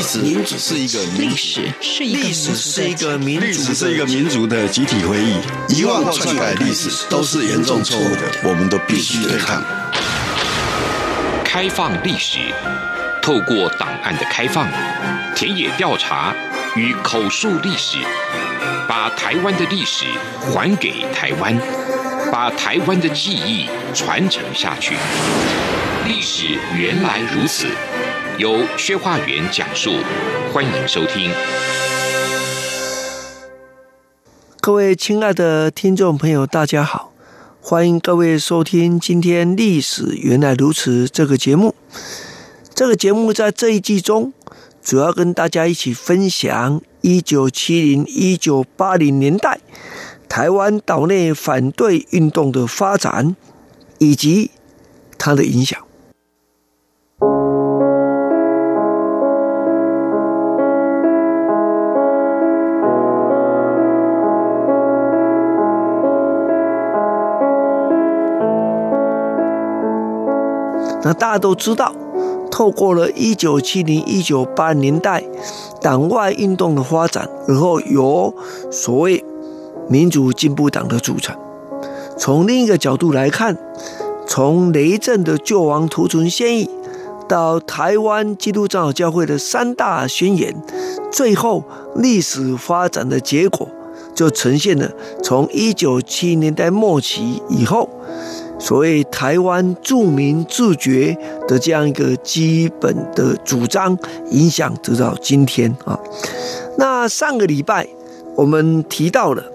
历史是一个民族的集体回忆，遗忘或篡改历史都是严重错误的，我们都必须对抗。 开放历史，透过档案的开放、田野调查与口述历史，把台湾的历史还给台湾，把台湾的记忆传承下去。历史原来如此，由薛化元讲述，欢迎收听。 各位亲爱的听众朋友，大家好，欢迎各位收听今天历史原来如此这个节目。这个节目在这一季中主要跟大家一起分享1970、1980年代台湾岛内反对运动的发展以及它的影响。那大家都知道，透过了1970、1980年代党外运动的发展，而后由所谓民主进步党的组成。从另一个角度来看，从雷震的救亡图存献议到台湾基督长老教会的三大宣言，最后历史发展的结果就呈现了从1970年代末期以后所谓台湾住民自觉的这样一个基本的主张，影响直到今天啊。那上个礼拜我们提到了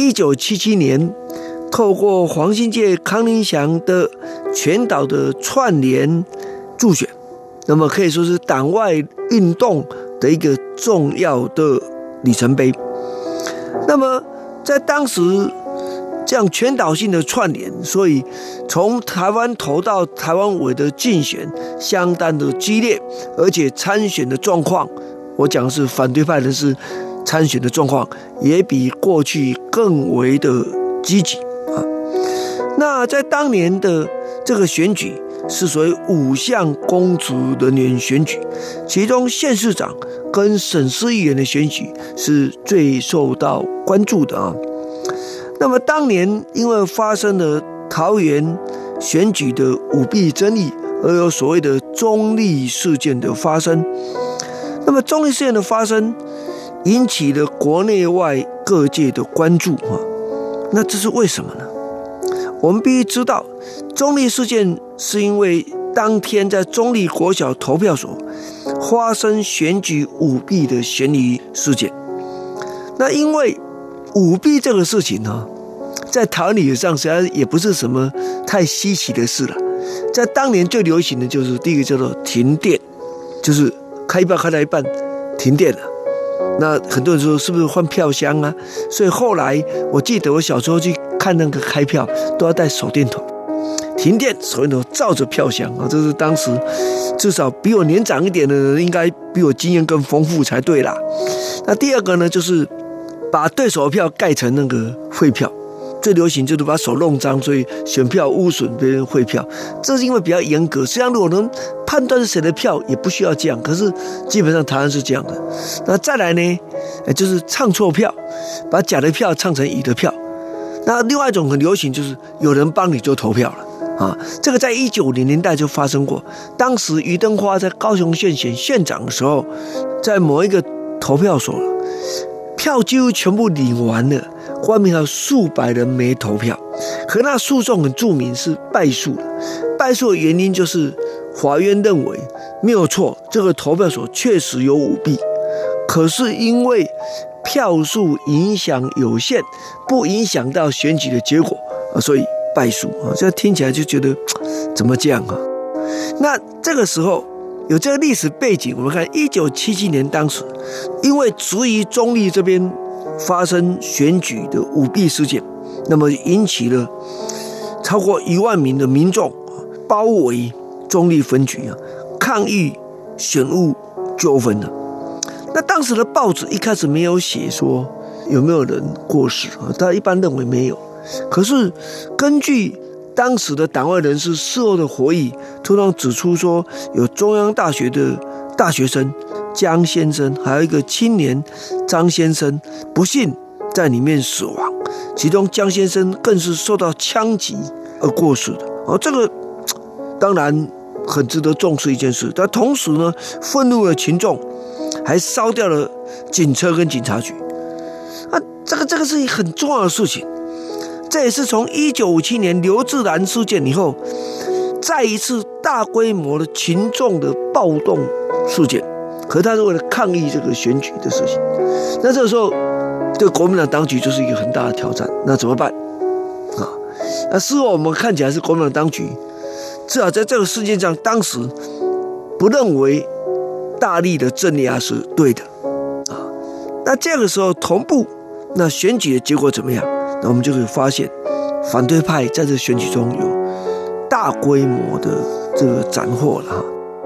1977年透过黄信介、康宁祥的全岛的串联助选，那么可以说是党外运动的一个重要的里程碑。那么在当时这样全岛性的串联，所以从台湾头到台湾尾的竞选相当的激烈，而且参选的状况，我讲的是反对派人士参选的状况也比过去更为的积极啊。那在当年的这个选举是属于5项公职人员选举，其中县市长跟省市议员的选举是最受到关注的啊。那么当年因为发生了桃园选举的舞弊争议，而有所谓的中立事件的发生。那么中立事件的发生引起了国内外各界的关注啊。那这是为什么呢？我们必须知道，中立事件是因为当天在中立国小投票所发生选举舞弊的嫌疑事件。那因为舞弊这个事情呢，在台湾历史上实际上也不是什么太稀奇的事了。在当年最流行的就是第一个叫做停电，就是开票开到一半停电了。那很多人说是不是换票箱啊？所以后来我记得我小时候去看那个开票都要带手电筒，停电手电筒照着票箱啊，这是当时至少比我年长一点的人应该比我经验更丰富才对啦。那第二个呢，就是把对手的票盖成那个废票，最流行就是把手弄脏，所以选票污损别人废票，这是因为比较严格。实际上如果能判断是谁的票也不需要这样，可是基本上台湾是这样的。那再来呢，就是唱错票，把假的票唱成乙的票。那另外一种很流行就是有人帮你做投票了啊，这个在1990年代就发生过。当时余登花在高雄县选县长的时候，在某一个投票所票几乎全部领完了，外面还有数百人没投票。可那诉讼很著名，是败诉的。败诉的原因就是法院认为没有错，这个投票所确实有舞弊，可是因为票数影响有限，不影响到选举的结果，所以败诉啊。这听起来就觉得怎么这样啊？那这个时候有这个历史背景，我们看1977年当时，因为质疑中立这边发生选举的舞弊事件，那么引起了超过1万名的民众包围中立分局啊，抗议选务纠纷啊。那当时的报纸一开始没有写说有没有人过世啊，大家一般认为没有。可是根据当时的党外人士事后的回忆，通常指出说，有中央大学的大学生江先生，还有一个青年张先生，不幸在里面死亡，其中江先生更是受到枪击而过世的。这个当然很值得重视一件事，但同时呢，愤怒的群众还烧掉了警车跟警察局。这个是很重要的事情，这也是从1957年刘志兰事件以后，再一次大规模的群众的暴动事件，可他是为了抗议这个选举的事情。那这个时候，对国民党当局就是一个很大的挑战。那怎么办啊？那事后我们看起来是国民党当局至少在这个事件上，当时不认为大力的镇压是对的啊。那这个时候同步，那选举的结果怎么样？那我们就可以发现，反对派在这选举中有大规模的这个斩获了。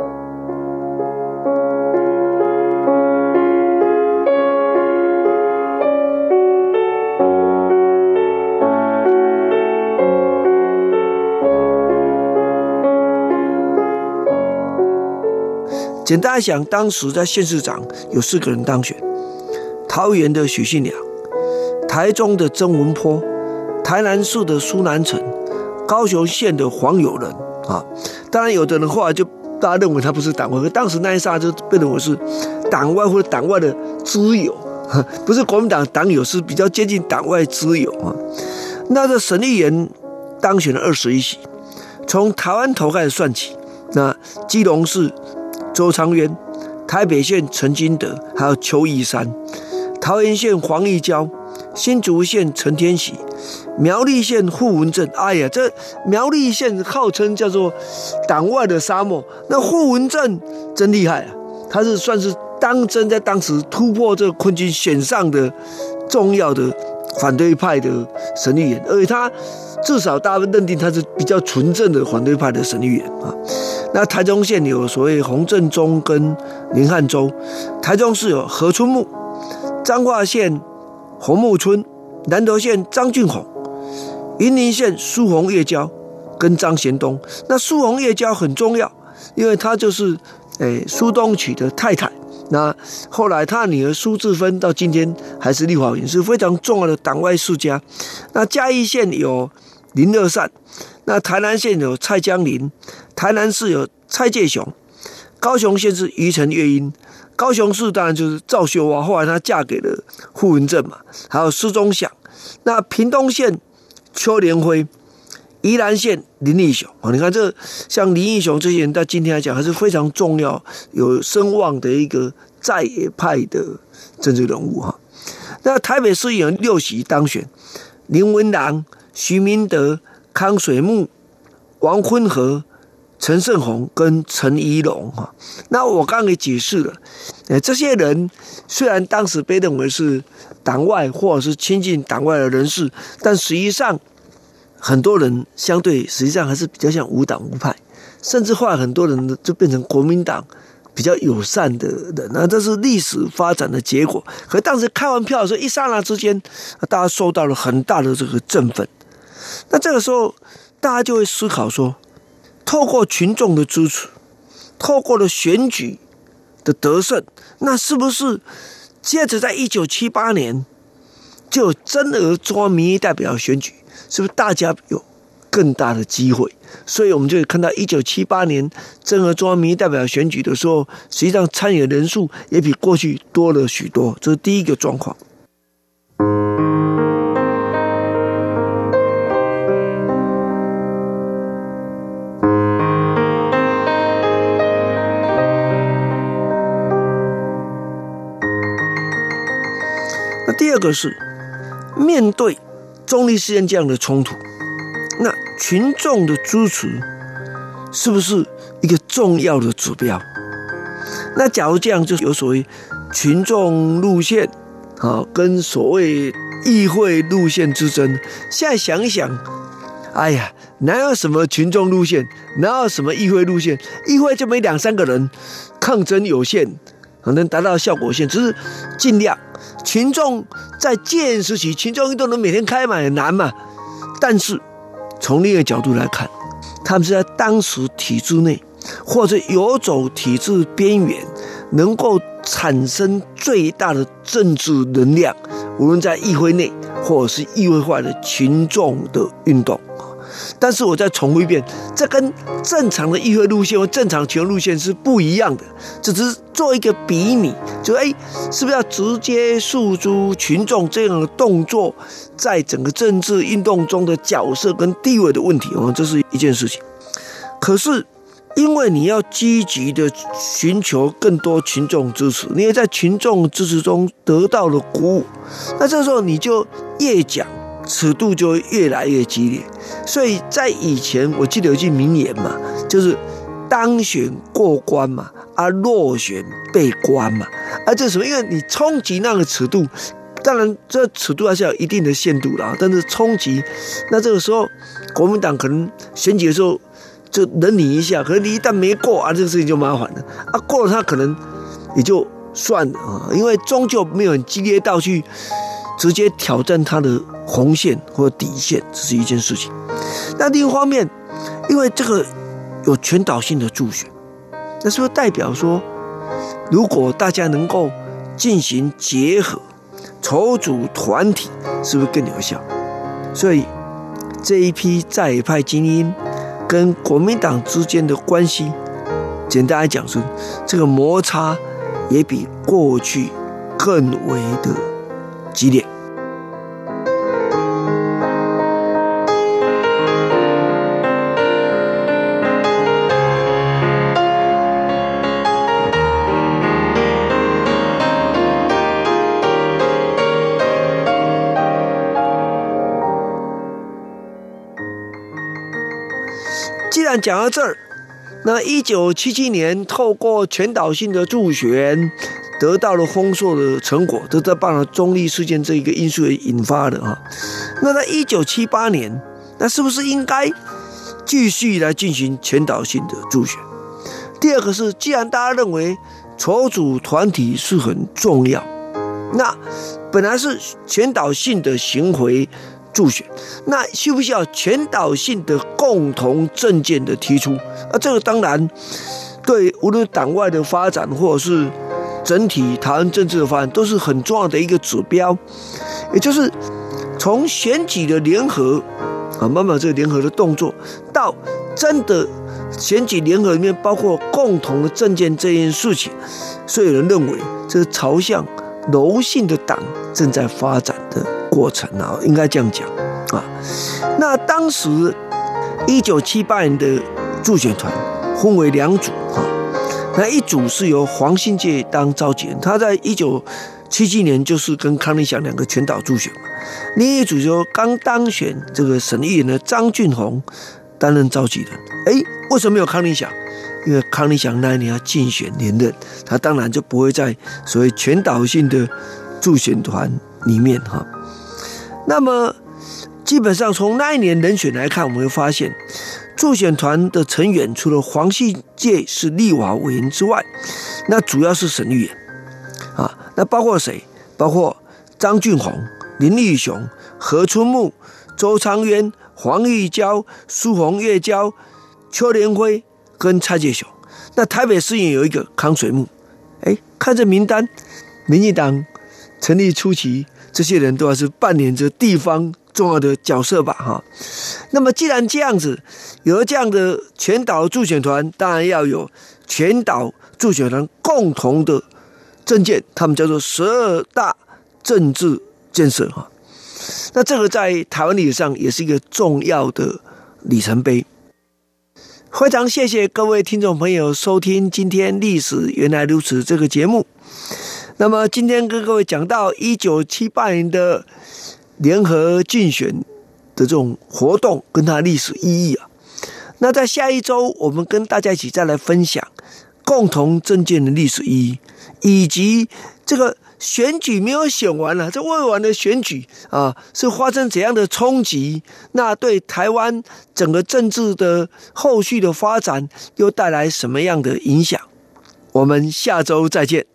简单来讲，当时在县市长有4个人当选：桃园的许信良、台中的曾文波、台南市的苏南成、高雄县的黄友仁啊。当然，有的人后来就大家认为他不是党外，可当时那一刹就被认为是党外或者党外的支友，不是国民党党友，是比较接近党外支友啊。那这省议员当选了21席，从台湾头开始算起，那基隆市周昌渊、台北县陈金德，还有邱义山，桃园县黄义交，新竹县陈天喜，苗栗县傅文正。哎呀，这苗栗县号称叫做党外的沙漠，那傅文正真厉害啊！他是算是当真在当时突破这个困境选上的重要的反对派的省议员，而且他至少大家认定他是比较纯正的反对派的省议员啊。那台中县有所谓洪正中跟林汉洲，台中市有何春木，彰化县洪木春，南投县张俊宏，云林县苏洪叶交跟张贤东。那苏洪叶交很重要，因为他就是苏东衢的太太。那后来他的女儿苏治芬到今天还是立法委员，是非常重要的党外世家。那嘉义县有林乐善，那台南县有蔡江林，台南市有蔡介雄，高雄县是余陈月英，高雄市当然就是赵秀华，后来她嫁给了傅文正嘛，还有施宗祥。那屏东县邱连辉，宜兰县林义雄，你看这像林义雄这些人，到今天来讲还是非常重要、有声望的一个在野派的政治人物哈。那台北市有6席当选，林文郎、徐明德、康水木、王坤和、陈胜宏跟陈怡龙哈。那我刚刚也解释了，这些人虽然当时被认为是党外或者是亲近党外的人士，但实际上很多人相对实际上还是比较像无党无派，甚至后来很多人就变成国民党比较友善的人，那这是历史发展的结果。可当时开完票的时候，一刹那之间，大家受到了很大的这个振奋。那这个时候，大家就会思考说，透过群众的支持，透过了选举的得胜，那是不是接着在1978年就有真额中央民意代表选举？是不是大家有更大的机会？所以我们就可以看到1978年真额中央民意代表选举的时候，实际上参与的人数也比过去多了许多，这是第一个状况。那第二个是面对中立事件这样的冲突，那群众的支持是不是一个重要的指标？那假如这样，就有所谓群众路线跟所谓议会路线之争。现在想一想，哎呀，哪有什么群众路线，哪有什么议会路线？议会就没2-3个人，抗争有限，能达到效果有限，只是尽量。群众在戒严时期，群众运动能每天开嘛也难嘛。但是从另一个角度来看，他们是在当时体制内或者游走体制边缘，能够产生最大的政治能量，无论在议会内或者是议会外的群众的运动。但是我再重复一遍，这跟正常的议会路线或正常群众路线是不一样的，这只是做一个比拟，是不是要直接诉诸群众这样的动作在整个政治运动中的角色跟地位的问题，这是一件事情。可是因为你要积极的寻求更多群众支持，你也在群众支持中得到了鼓舞，那这时候你就越讲尺度就越来越激烈。所以在以前我记得有句名言嘛，就是当选过关嘛，落选被关嘛，这是什么？因为你冲击那个尺度，当然这尺度还是有一定的限度啦，但是冲击，那这个时候国民党可能选举的时候就忍你一下，可是你一旦没过这个事情就麻烦了过了他可能也就算了因为终究没有很激烈到去直接挑战他的红线或底线，这是一件事情。那另一方面，因为这个有全岛性的助选，那是不是代表说，如果大家能够进行结合筹组团体，是不是更有效？所以这一批在野派精英跟国民党之间的关系，简单来讲是这个摩擦也比过去更为的激烈。既然讲到这儿，那1977年透过全岛性的助选得到了丰硕的成果，这在办了中立事件这一个因素也引发的那在1978年，那是不是应该继续来进行全岛性的助选？第二个是，既然大家认为筹组团体是很重要，那本来是全岛性的行回助选，那需不需要全岛性的共同政见的提出？这个当然对无论党外的发展或者是整体台湾政治的发展都是很重要的一个指标。也就是从选举的联合慢慢这个联合的动作，到真的选举联合里面包括共同的政见这件事情，所以有人认为这是朝向柔性的党正在发展的过程应该这样讲那当时1978年的助选团分为两组那一组是由黄信介当召集人，他在1977年就是跟康宁祥两个全岛助选嘛。另一组就刚当选这个省议员的张俊宏担任召集人。为什么没有康宁祥？因为康宁祥那一年要竞选连任，他当然就不会在所谓全岛性的助选团里面那么基本上从那一年人选来看，我们会发现助选团的成员除了黄信介是立法委员之外，那主要是省议员那包括谁？包括张俊宏、林立雄、何春木、周昌渊、黄玉娇、苏洪月娇、邱连辉跟蔡介雄。那台北市议员有一个康水木。看这名单，民进党成立初期，这些人都还是扮演着地方重要的角色吧那么既然这样子，有了这样的全岛助选团，当然要有全岛助选团共同的政见，他们叫做12大政治建设那这个在台湾历史上也是一个重要的里程碑。非常谢谢各位听众朋友收听今天历史原来如此这个节目。那么今天跟各位讲到1978年的联合竞选的这种活动跟它的历史意义那在下一周我们跟大家一起再来分享共同政见的历史意义，以及这个选举没有选完了，这未完的选举是发生怎样的冲击？那对台湾整个政治的后续的发展又带来什么样的影响？我们下周再见。